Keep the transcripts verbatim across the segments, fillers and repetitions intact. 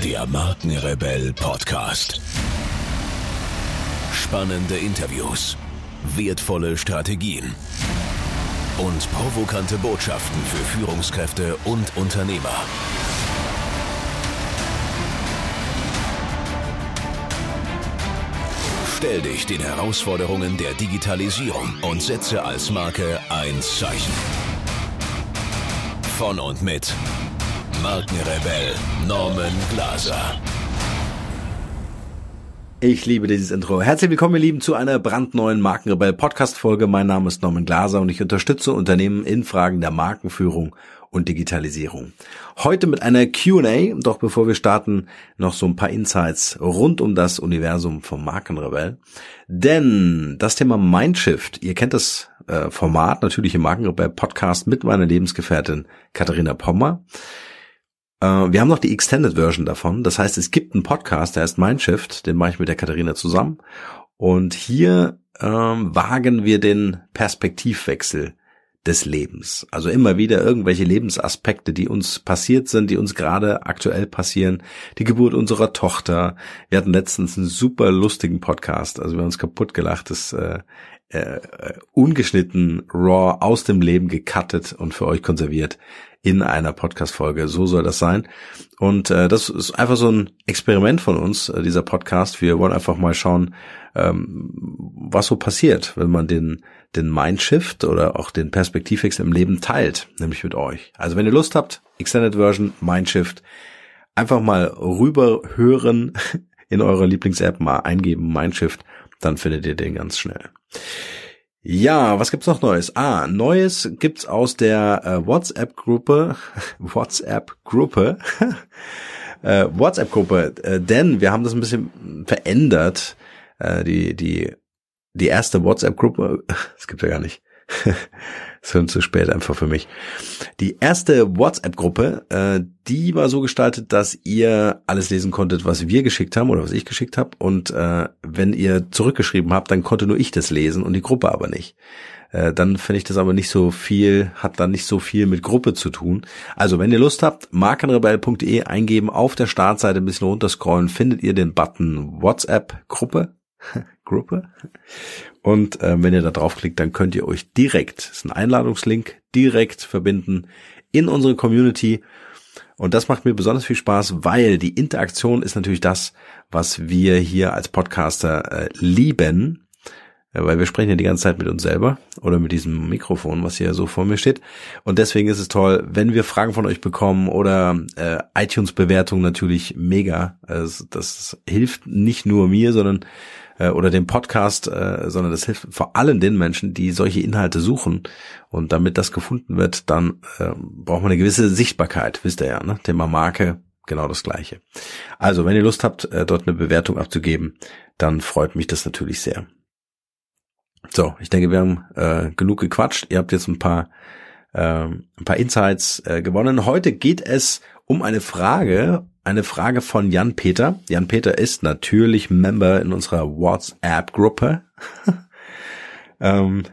Der Markenrebell Podcast. Spannende Interviews, wertvolle Strategien und provokante Botschaften für Führungskräfte und Unternehmer. Stell dich den Herausforderungen der Digitalisierung und setze als Marke ein Zeichen. Von und mit Markenrebell Norman Glaser. Ich liebe dieses Intro. Herzlich willkommen, ihr Lieben, zu einer brandneuen Markenrebell-Podcast-Folge. Mein Name ist Norman Glaser und ich unterstütze Unternehmen in Fragen der Markenführung und Digitalisierung. Heute mit einer Q und A, doch bevor wir starten, noch so ein paar Insights rund um das Universum vom Markenrebell. Denn das Thema Mindshift, ihr kennt das äh, Format natürlich im Markenrebell-Podcast mit meiner Lebensgefährtin Katharina Pommer. Wir haben noch die Extended Version davon. Das heißt, es gibt einen Podcast, der heißt Mindshift, den mache ich mit der Katharina zusammen. Und hier ähm, wagen wir den Perspektivwechsel des Lebens. Also immer wieder irgendwelche Lebensaspekte, die uns passiert sind, die uns gerade aktuell passieren. Die Geburt unserer Tochter. Wir hatten letztens einen super lustigen Podcast. Also wir haben uns kaputt gelacht. Das äh, äh, ungeschnitten, raw, aus dem Leben gecuttet und für euch konserviert in einer Podcast-Folge. So soll das sein. Und äh, das ist einfach so ein Experiment von uns, äh, dieser Podcast. Wir wollen einfach mal schauen, ähm, was so passiert, wenn man den den Mindshift oder auch den Perspektivwechsel im Leben teilt, nämlich mit euch. Also wenn ihr Lust habt, Extended Version, Mindshift, einfach mal rüber hören, in eurer Lieblings-App mal eingeben, Mindshift, dann findet ihr den ganz schnell. Ja, was gibt's noch Neues? Ah, Neues gibt's aus der äh, WhatsApp-Gruppe, WhatsApp-Gruppe, äh, WhatsApp-Gruppe, äh, denn wir haben das ein bisschen verändert, äh, die die die erste WhatsApp-Gruppe, das gibt's ja gar nicht, das ist zu spät einfach für mich. Die erste WhatsApp-Gruppe, äh, die war so gestaltet, dass ihr alles lesen konntet, was wir geschickt haben oder was ich geschickt habe. Und äh, wenn ihr zurückgeschrieben habt, dann konnte nur ich das lesen und die Gruppe aber nicht. Äh, dann finde ich das aber nicht so viel, hat dann nicht so viel mit Gruppe zu tun. Also wenn ihr Lust habt, markenrebell punkt de eingeben, auf der Startseite ein bisschen runterscrollen, findet ihr den Button WhatsApp-Gruppe. Gruppe. Und äh, wenn ihr da draufklickt, dann könnt ihr euch direkt, das ist ein Einladungslink, direkt verbinden in unsere Community. Und das macht mir besonders viel Spaß, weil die Interaktion ist natürlich das, was wir hier als Podcaster äh, lieben. Ja, weil wir sprechen ja die ganze Zeit mit uns selber oder mit diesem Mikrofon, was hier so vor mir steht. Und deswegen ist es toll, wenn wir Fragen von euch bekommen oder äh, iTunes-Bewertungen natürlich mega. Also das hilft nicht nur mir, sondern äh, oder dem Podcast, äh, sondern das hilft vor allem den Menschen, die solche Inhalte suchen. Und damit das gefunden wird, dann äh, braucht man eine gewisse Sichtbarkeit, wisst ihr ja, ne? Thema Marke, genau das Gleiche. Also, wenn ihr Lust habt, äh, dort eine Bewertung abzugeben, dann freut mich das natürlich sehr. So, ich denke, wir haben äh, genug gequatscht. Ihr habt jetzt ein paar äh, ein paar Insights äh, gewonnen. Heute geht es um eine Frage, eine Frage von Jan Peter. Jan Peter ist natürlich Member in unserer WhatsApp-Gruppe. ähm,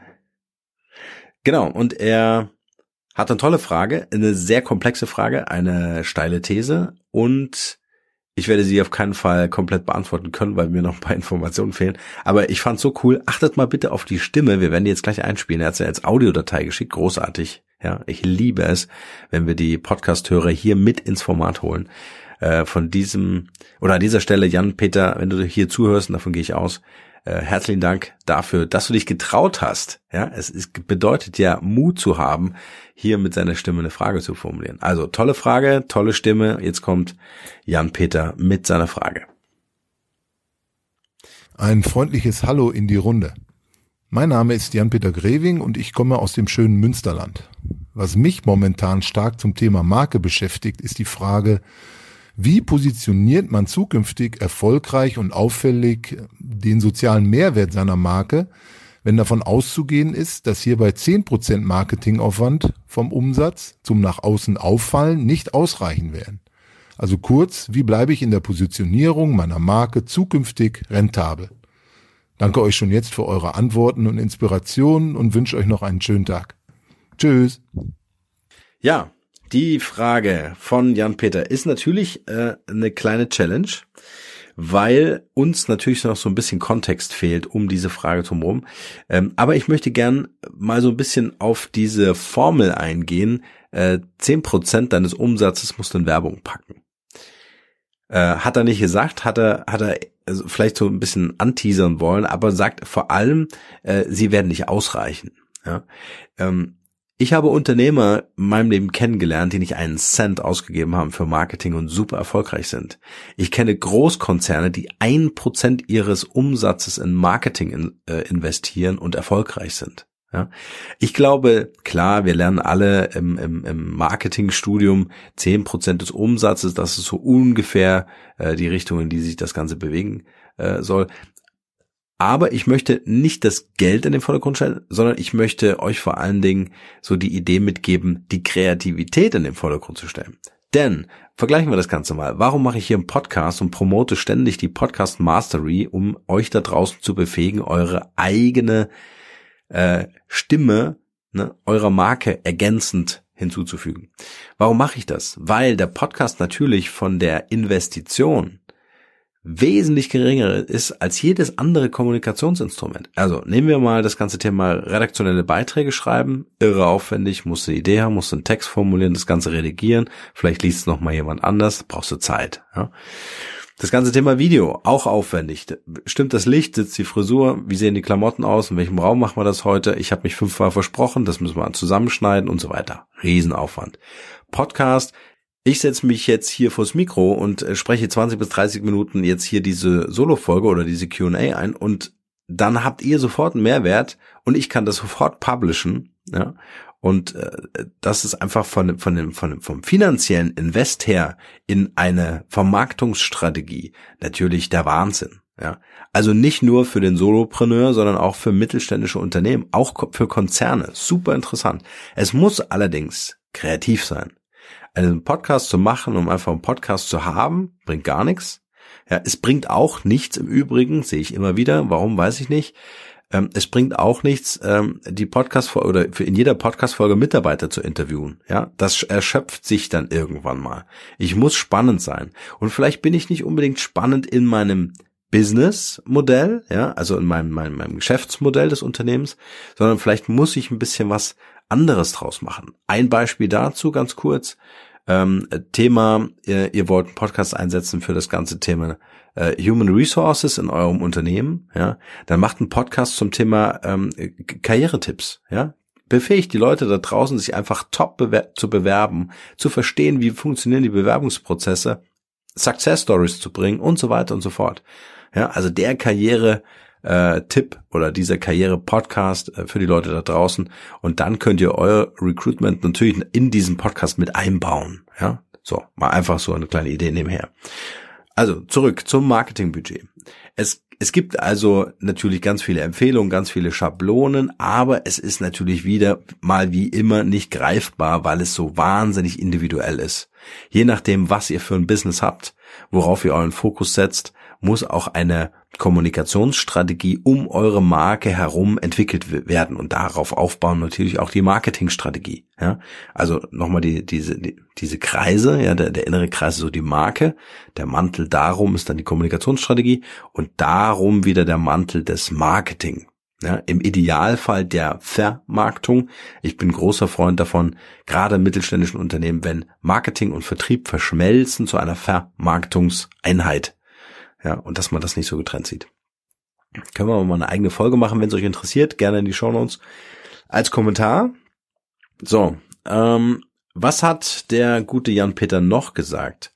genau, und er hat eine tolle Frage, eine sehr komplexe Frage, eine steile These und ich werde sie auf keinen Fall komplett beantworten können, weil mir noch ein paar Informationen fehlen. Aber ich fand's so cool. Achtet mal bitte auf die Stimme. Wir werden die jetzt gleich einspielen. Er hat sie als Audiodatei geschickt. Großartig. Ja, ich liebe es, wenn wir die Podcast-Hörer hier mit ins Format holen. Äh, von diesem, oder an dieser Stelle, Jan Peter, wenn du hier zuhörst, und davon gehe ich aus, äh, herzlichen Dank dafür, dass du dich getraut hast. Ja, es ist, bedeutet ja, Mut zu haben, hier mit seiner Stimme eine Frage zu formulieren. Also, tolle Frage, tolle Stimme. Jetzt kommt Jan Peter mit seiner Frage. Ein freundliches Hallo in die Runde. Mein Name ist Jan Peter Greving und ich komme aus dem schönen Münsterland. Was mich momentan stark zum Thema Marke beschäftigt, ist die Frage, wie positioniert man zukünftig erfolgreich und auffällig den sozialen Mehrwert seiner Marke, wenn davon auszugehen ist, dass hierbei zehn Prozent Marketingaufwand vom Umsatz zum nach außen auffallen nicht ausreichen werden. Also kurz, wie bleibe ich in der Positionierung meiner Marke zukünftig rentabel? Danke euch schon jetzt für eure Antworten und Inspirationen und wünsche euch noch einen schönen Tag. Tschüss. Ja, die Frage von Jan-Peter ist natürlich äh, eine kleine Challenge, weil uns natürlich noch so ein bisschen Kontext fehlt um diese Frage drumherum. Ähm, aber ich möchte gern mal so ein bisschen auf diese Formel eingehen. Äh, zehn Prozent deines Umsatzes musst du in Werbung packen. Äh, hat er nicht gesagt, hat er, hat er also vielleicht so ein bisschen anteasern wollen, aber sagt vor allem, äh, sie werden nicht ausreichen. Ja? Ähm, Ich habe Unternehmer in meinem Leben kennengelernt, die nicht einen Cent ausgegeben haben für Marketing und super erfolgreich sind. Ich kenne Großkonzerne, die ein Prozent ihres Umsatzes in Marketing in, äh, investieren und erfolgreich sind. Ja. Ich glaube, klar, wir lernen alle im, im, im Marketingstudium zehn Prozent des Umsatzes, das ist so ungefähr äh, die Richtung, in die sich das Ganze bewegen äh, soll. Aber ich möchte nicht das Geld in den Vordergrund stellen, sondern ich möchte euch vor allen Dingen so die Idee mitgeben, die Kreativität in den Vordergrund zu stellen. Denn, vergleichen wir das Ganze mal, warum mache ich hier einen Podcast und promote ständig die Podcast Mastery, um euch da draußen zu befähigen, eure eigene äh, Stimme, ne, eurer Marke ergänzend hinzuzufügen. Warum mache ich das? Weil der Podcast natürlich von der Investition wesentlich geringer ist als jedes andere Kommunikationsinstrument. Also nehmen wir mal das ganze Thema redaktionelle Beiträge schreiben, irre aufwendig, musst du eine Idee haben, musst du einen Text formulieren, das Ganze redigieren, vielleicht liest es noch mal jemand anders, brauchst du Zeit. Ja. Das ganze Thema Video, auch aufwendig. Stimmt das Licht, sitzt die Frisur, wie sehen die Klamotten aus, in welchem Raum machen wir das heute? Ich habe mich fünfmal versprochen, das müssen wir zusammenschneiden und so weiter. Riesenaufwand. Podcast, ich setze mich jetzt hier vors Mikro und äh, spreche zwanzig bis dreißig Minuten jetzt hier diese Solo-Folge oder diese Q und A ein und dann habt ihr sofort einen Mehrwert und ich kann das sofort publishen, ja. Und äh, das ist einfach von, von dem, von dem, vom finanziellen Invest her in eine Vermarktungsstrategie natürlich der Wahnsinn. Ja, also nicht nur für den Solopreneur, sondern auch für mittelständische Unternehmen, auch für Konzerne. Super interessant. Es muss allerdings kreativ sein. Einen Podcast zu machen, um einfach einen Podcast zu haben, bringt gar nichts. Ja, es bringt auch nichts im Übrigen, sehe ich immer wieder. Warum, weiß ich nicht. Ähm, es bringt auch nichts, ähm, die Podcast oder für in jeder Podcast-Folge Mitarbeiter zu interviewen. Ja, das erschöpft sich dann irgendwann mal. Ich muss spannend sein. Und vielleicht bin ich nicht unbedingt spannend in meinem Business-Modell, ja, also in meinem, meinem, meinem Geschäftsmodell des Unternehmens, sondern vielleicht muss ich ein bisschen was anderes draus machen. Ein Beispiel dazu, ganz kurz. Ähm, Thema, ihr, ihr wollt einen Podcast einsetzen für das ganze Thema äh, Human Resources in eurem Unternehmen, ja, dann macht einen Podcast zum Thema ähm, Karrieretipps, ja, befähigt die Leute da draußen, sich einfach top bewer- zu bewerben, zu verstehen, wie funktionieren die Bewerbungsprozesse, Success Stories zu bringen und so weiter und so fort. Ja, also der Karriere Äh, Tipp oder dieser Karriere-Podcast äh, für die Leute da draußen und dann könnt ihr euer Recruitment natürlich in diesen Podcast mit einbauen. Ja, so, mal einfach so eine kleine Idee nebenher. Also zurück zum Marketingbudget. Es es gibt also natürlich ganz viele Empfehlungen, ganz viele Schablonen, aber es ist natürlich wieder mal wie immer nicht greifbar, weil es so wahnsinnig individuell ist. Je nachdem, was ihr für ein Business habt, worauf ihr euren Fokus setzt, muss auch eine Kommunikationsstrategie um eure Marke herum entwickelt werden und darauf aufbauen natürlich auch die Marketingstrategie. Ja, also nochmal die diese die, diese Kreise, ja, der, der innere Kreis ist so die Marke, der Mantel darum ist dann die Kommunikationsstrategie und darum wieder der Mantel des Marketing. Ja, im Idealfall der Vermarktung. Ich bin großer Freund davon, gerade in mittelständischen Unternehmen, wenn Marketing und Vertrieb verschmelzen zu einer Vermarktungseinheit. Ja, und dass man das nicht so getrennt sieht. Können wir mal eine eigene Folge machen, wenn es euch interessiert, gerne in die Shownotes als Kommentar. So, ähm, was hat der gute Jan-Peter noch gesagt?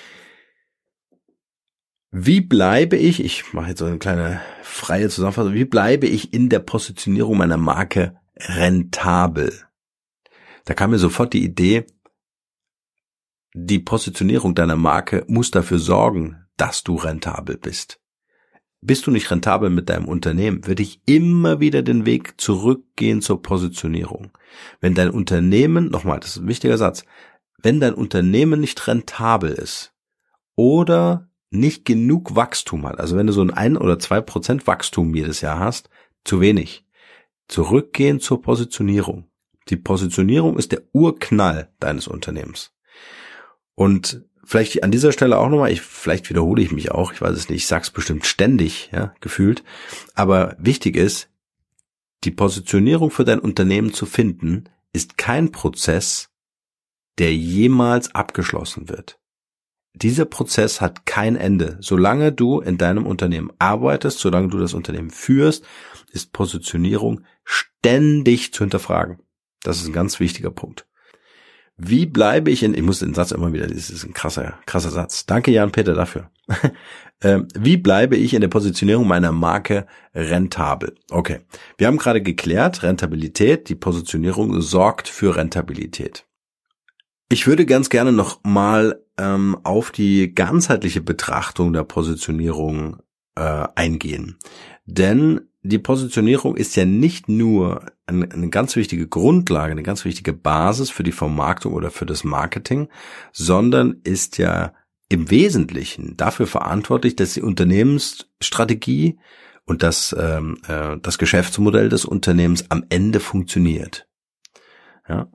Wie bleibe ich, ich mache jetzt so eine kleine freie Zusammenfassung, wie bleibe ich in der Positionierung meiner Marke rentabel? Da kam mir sofort die Idee, die Positionierung deiner Marke muss dafür sorgen, dass du rentabel bist. Bist du nicht rentabel mit deinem Unternehmen, wird dich immer wieder den Weg zurückgehen zur Positionierung. Wenn dein Unternehmen, nochmal, das ist ein wichtiger Satz, wenn dein Unternehmen nicht rentabel ist oder nicht genug Wachstum hat, also wenn du so ein ein oder zwei Prozent Wachstum jedes Jahr hast, zu wenig. Zurückgehen zur Positionierung. Die Positionierung ist der Urknall deines Unternehmens. Und vielleicht an dieser Stelle auch nochmal, ich, vielleicht wiederhole ich mich auch, ich weiß es nicht, ich sag's bestimmt ständig, ja, gefühlt, aber wichtig ist, die Positionierung für dein Unternehmen zu finden, ist kein Prozess, der jemals abgeschlossen wird. Dieser Prozess hat kein Ende. Solange du in deinem Unternehmen arbeitest, solange du das Unternehmen führst, ist Positionierung ständig zu hinterfragen. Das ist ein ganz wichtiger Punkt. Wie bleibe ich in, ich muss den Satz immer wieder, das ist ein krasser, krasser Satz. Danke Jan-Peter dafür. ähm, wie bleibe ich in der Positionierung meiner Marke rentabel? Okay. Wir haben gerade geklärt, Rentabilität, die Positionierung sorgt für Rentabilität. Ich würde ganz gerne noch mal ähm, auf die ganzheitliche Betrachtung der Positionierung äh, eingehen. Denn die Positionierung ist ja nicht nur eine, eine ganz wichtige Grundlage, eine ganz wichtige Basis für die Vermarktung oder für das Marketing, sondern ist ja im Wesentlichen dafür verantwortlich, dass die Unternehmensstrategie und das, ähm, äh, das Geschäftsmodell des Unternehmens am Ende funktioniert. Ja.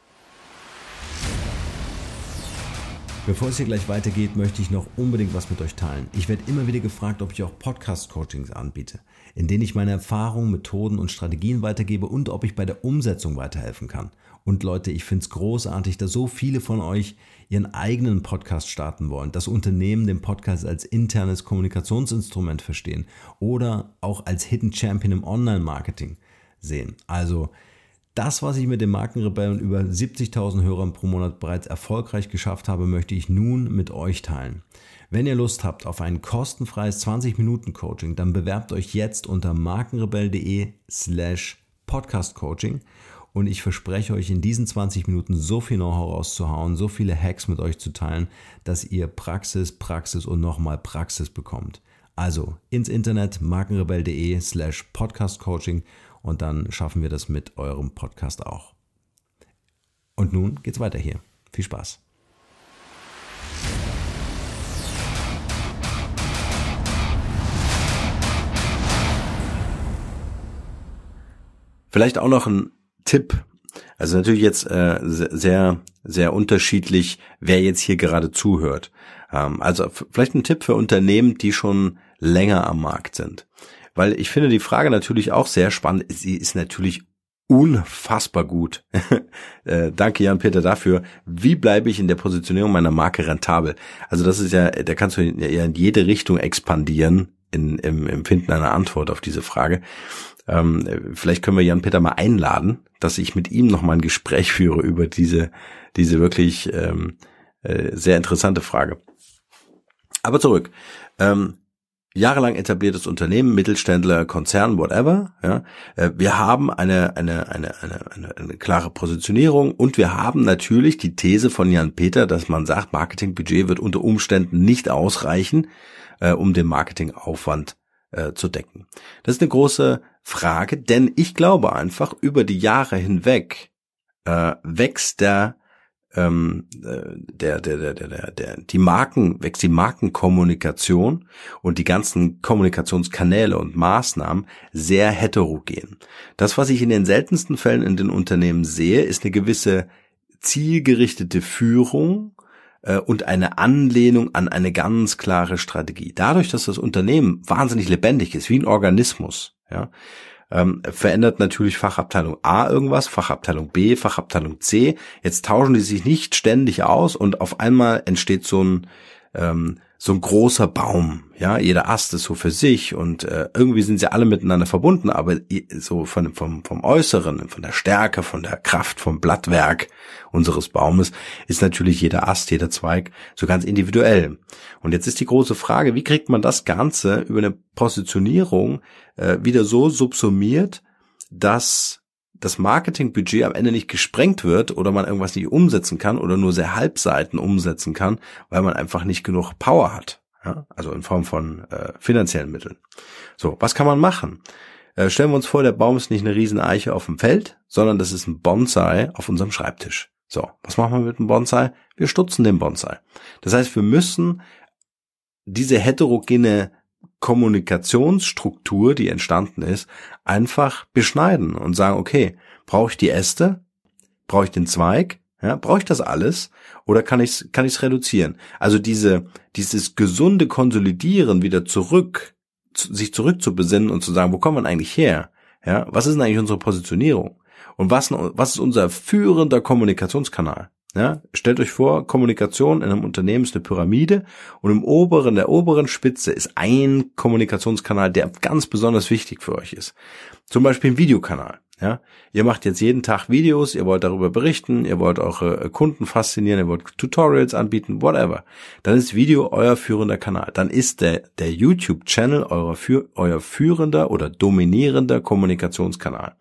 Bevor es hier gleich weitergeht, möchte ich noch unbedingt was mit euch teilen. Ich werde immer wieder gefragt, ob ich auch Podcast-Coachings anbiete, in denen ich meine Erfahrungen, Methoden und Strategien weitergebe und ob ich bei der Umsetzung weiterhelfen kann. Und Leute, ich finde es großartig, dass so viele von euch ihren eigenen Podcast starten wollen, dass Unternehmen den Podcast als internes Kommunikationsinstrument verstehen oder auch als Hidden Champion im Online-Marketing sehen. Also das, was ich mit den Markenrebellen über siebzigtausend Hörern pro Monat bereits erfolgreich geschafft habe, möchte ich nun mit euch teilen. Wenn ihr Lust habt auf ein kostenfreies zwanzig Minuten Coaching, dann bewerbt euch jetzt unter markenrebell.de slash podcastcoaching und ich verspreche euch in diesen zwanzig Minuten so viel Know-how rauszuhauen, so viele Hacks mit euch zu teilen, dass ihr Praxis, Praxis und nochmal Praxis bekommt. Also ins Internet markenrebell.de slash podcastcoaching und dann schaffen wir das mit eurem Podcast auch. Und nun geht's weiter hier. Viel Spaß. Vielleicht auch noch ein Tipp. Also natürlich jetzt äh, sehr, sehr unterschiedlich, wer jetzt hier gerade zuhört. Ähm, also vielleicht ein Tipp für Unternehmen, die schon länger am Markt sind. Weil ich finde die Frage natürlich auch sehr spannend. Sie ist natürlich unfassbar gut. äh, danke Jan-Peter dafür. Wie bleibe ich in der Positionierung meiner Marke rentabel? Also das ist ja, da kannst du ja in jede Richtung expandieren in, im, im Finden einer Antwort auf diese Frage. Ähm, vielleicht können wir Jan-Peter mal einladen, dass ich mit ihm noch mal ein Gespräch führe über diese, diese wirklich ähm, äh, sehr interessante Frage. Aber zurück. Ähm, Jahrelang etabliertes Unternehmen, Mittelständler, Konzern, whatever. Ja, wir haben eine, eine eine eine eine eine klare Positionierung und wir haben natürlich die These von Jan-Peter, dass man sagt, Marketingbudget wird unter Umständen nicht ausreichen, äh, um den Marketingaufwand äh, zu decken. Das ist eine große Frage, denn ich glaube einfach, über die Jahre hinweg äh, wächst der Ähm, der, der, der, der, der, die Marken, wächst die Markenkommunikation und die ganzen Kommunikationskanäle und Maßnahmen sehr heterogen. Das, was ich in den seltensten Fällen in den Unternehmen sehe, ist eine gewisse zielgerichtete Führung äh, und eine Anlehnung an eine ganz klare Strategie. Dadurch, dass das Unternehmen wahnsinnig lebendig ist, wie ein Organismus, ja, Ähm, verändert natürlich Fachabteilung A irgendwas, Fachabteilung B, Fachabteilung C. Jetzt tauschen die sich nicht ständig aus und auf einmal entsteht so ein ähm, so ein großer Baum. Ja, jeder Ast ist so für sich und äh, irgendwie sind sie alle miteinander verbunden, aber so von vom vom Äußeren, von der Stärke, von der Kraft, vom Blattwerk unseres Baumes ist natürlich jeder Ast, jeder Zweig so ganz individuell. Und jetzt ist die große Frage, wie kriegt man das Ganze über eine Positionierung äh, wieder so subsumiert, dass das Marketingbudget am Ende nicht gesprengt wird oder man irgendwas nicht umsetzen kann oder nur sehr Halbseiten umsetzen kann, weil man einfach nicht genug Power hat, ja? Also in Form von äh, finanziellen Mitteln. So, was kann man machen? Äh, stellen wir uns vor, der Baum ist nicht eine Rieseneiche auf dem Feld, sondern das ist ein Bonsai auf unserem Schreibtisch. So, was machen wir mit dem Bonsai? Wir stutzen den Bonsai. Das heißt, wir müssen diese heterogene Kommunikationsstruktur, die entstanden ist, einfach beschneiden und sagen, okay, brauche ich die Äste? Brauche ich den Zweig? Ja, brauche ich das alles? Oder kann ich es kann ich's reduzieren? Also diese dieses gesunde Konsolidieren wieder zurück, zu, sich zurück zu besinnen und zu sagen, wo kommen wir eigentlich her? Ja, was ist denn eigentlich unsere Positionierung? Und was, was ist unser führender Kommunikationskanal? Ja, stellt euch vor, Kommunikation in einem Unternehmen ist eine Pyramide und im oberen, der oberen Spitze ist ein Kommunikationskanal, der ganz besonders wichtig für euch ist. Zum Beispiel ein Videokanal. Ja, ihr macht jetzt jeden Tag Videos, ihr wollt darüber berichten, ihr wollt eure Kunden faszinieren, ihr wollt Tutorials anbieten, whatever. Dann ist Video euer führender Kanal. Dann ist der, der YouTube-Channel euer, euer führender oder dominierender Kommunikationskanal.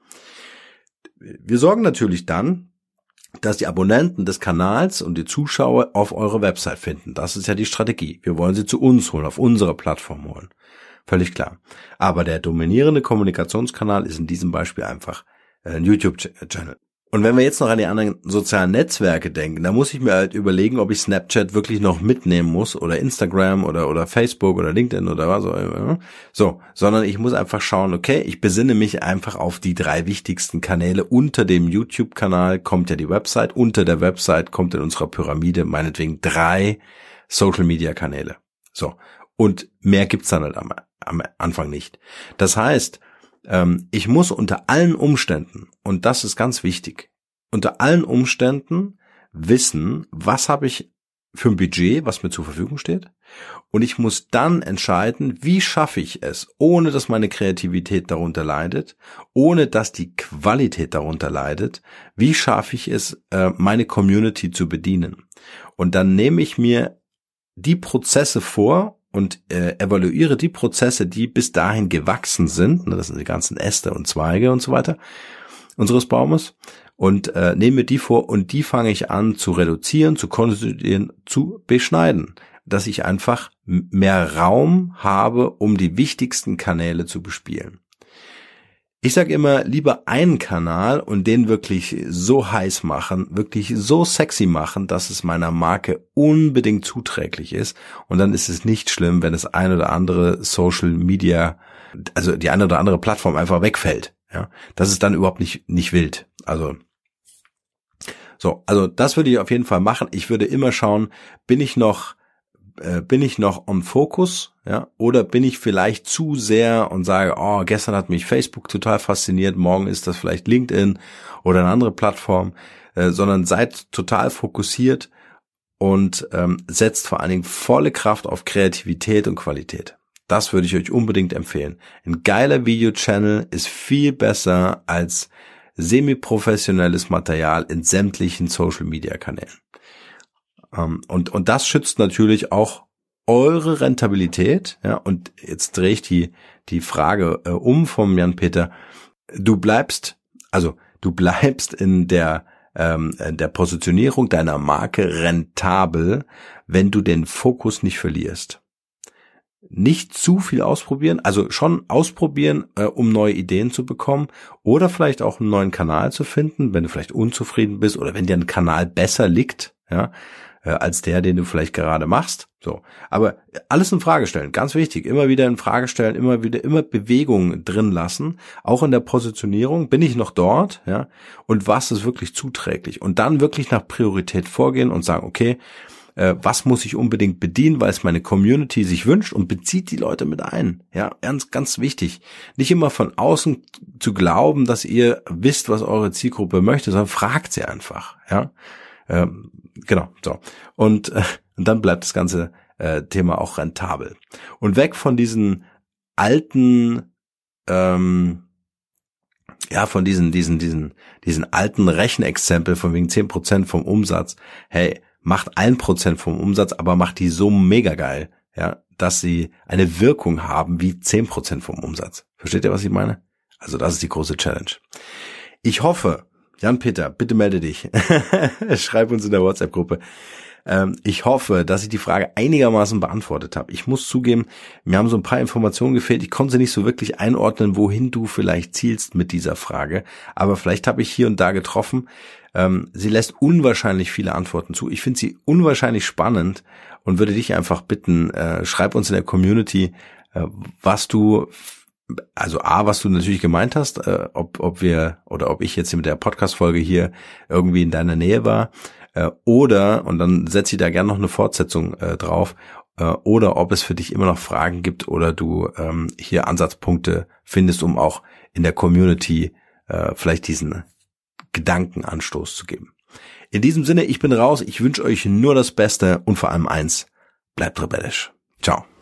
Wir sorgen natürlich dann, dass die Abonnenten des Kanals und die Zuschauer auf eure Website finden. Das ist ja die Strategie. Wir wollen sie zu uns holen, auf unsere Plattform holen. Völlig klar. Aber der dominierende Kommunikationskanal ist in diesem Beispiel einfach ein YouTube-Channel. Und wenn wir jetzt noch an die anderen sozialen Netzwerke denken, dann muss ich mir halt überlegen, ob ich Snapchat wirklich noch mitnehmen muss oder Instagram oder oder Facebook oder LinkedIn oder was auch immer. So, sondern ich muss einfach schauen, okay, ich besinne mich einfach auf die drei wichtigsten Kanäle. Unter dem YouTube-Kanal kommt ja die Website, unter der Website kommt in unserer Pyramide meinetwegen drei Social-Media-Kanäle. So, und mehr gibt's dann halt am, am Anfang nicht. Das heißt, ich muss unter allen Umständen, und das ist ganz wichtig, unter allen Umständen wissen, was habe ich für ein Budget, was mir zur Verfügung steht, und ich muss dann entscheiden, wie schaffe ich es, ohne dass meine Kreativität darunter leidet, ohne dass die Qualität darunter leidet, wie schaffe ich es, meine Community zu bedienen. Und dann nehme ich mir die Prozesse vor, und äh, evaluiere die Prozesse, die bis dahin gewachsen sind, ne, das sind die ganzen Äste und Zweige und so weiter, unseres Baumes, und äh, nehme die vor und die fange ich an zu reduzieren, zu konsolidieren, zu beschneiden, dass ich einfach mehr Raum habe, um die wichtigsten Kanäle zu bespielen. Ich sage immer, lieber einen Kanal und den wirklich so heiß machen, wirklich so sexy machen, dass es meiner Marke unbedingt zuträglich ist. Und dann ist es nicht schlimm, wenn das ein oder andere Social Media, also die eine oder andere Plattform einfach wegfällt. Ja, das ist dann überhaupt nicht nicht wild. Also so, also das würde ich auf jeden Fall machen. Ich würde immer schauen, bin ich noch bin ich noch on Focus, ja, oder bin ich vielleicht zu sehr und sage, oh, gestern hat mich Facebook total fasziniert, morgen ist das vielleicht LinkedIn oder eine andere Plattform, äh, sondern seid total fokussiert und ähm, setzt vor allen Dingen volle Kraft auf Kreativität und Qualität. Das würde ich euch unbedingt empfehlen. Ein geiler Video-Channel ist viel besser als semi-professionelles Material in sämtlichen Social-Media-Kanälen. Und, und das schützt natürlich auch eure Rentabilität, ja, und jetzt drehe ich die, die Frage äh, um vom Jan-Peter. Du bleibst, also, du bleibst in der, ähm, in der Positionierung deiner Marke rentabel, wenn du den Fokus nicht verlierst. Nicht zu viel ausprobieren, also schon ausprobieren, äh, um neue Ideen zu bekommen oder vielleicht auch einen neuen Kanal zu finden, wenn du vielleicht unzufrieden bist oder wenn dir ein Kanal besser liegt, ja, als der, den du vielleicht gerade machst. So, aber alles in Frage stellen, ganz wichtig, immer wieder in Frage stellen, immer wieder, immer Bewegung drin lassen, auch in der Positionierung, bin ich noch dort, ja, und was ist wirklich zuträglich und dann wirklich nach Priorität vorgehen und sagen, okay, äh, was muss ich unbedingt bedienen, weil es meine Community sich wünscht und bezieht die Leute mit ein, ja, ganz, ganz wichtig, nicht immer von außen zu glauben, dass ihr wisst, was eure Zielgruppe möchte, sondern fragt sie einfach, ja. Ähm, genau, so. Und, äh, und dann bleibt das ganze äh, Thema auch rentabel. Und weg von diesen alten, ähm, ja, von diesen, diesen, diesen, diesen alten Rechenexempel von wegen zehn Prozent vom Umsatz. Hey, macht ein Prozent vom Umsatz, aber macht die so mega geil, ja, dass sie eine Wirkung haben wie zehn Prozent vom Umsatz. Versteht ihr, was ich meine? Also das ist die große Challenge. Ich hoffe, Jan-Peter, bitte melde dich. Schreib uns in der WhatsApp-Gruppe. Ähm, ich hoffe, dass ich die Frage einigermaßen beantwortet habe. Ich muss zugeben, mir haben so ein paar Informationen gefehlt. Ich konnte nicht so wirklich einordnen, wohin du vielleicht zielst mit dieser Frage. Aber vielleicht habe ich hier und da getroffen. Ähm, sie lässt unwahrscheinlich viele Antworten zu. Ich finde sie unwahrscheinlich spannend und würde dich einfach bitten, äh, schreib uns in der Community, äh, was du also A, was du natürlich gemeint hast, äh, ob ob wir oder ob ich jetzt mit der Podcast-Folge hier irgendwie in deiner Nähe war, äh, oder, und dann setze ich da gerne noch eine Fortsetzung äh, drauf, äh, oder ob es für dich immer noch Fragen gibt oder du ähm, hier Ansatzpunkte findest, um auch in der Community äh, vielleicht diesen Gedankenanstoß zu geben. In diesem Sinne, ich bin raus, ich wünsche euch nur das Beste und vor allem eins, bleibt rebellisch. Ciao.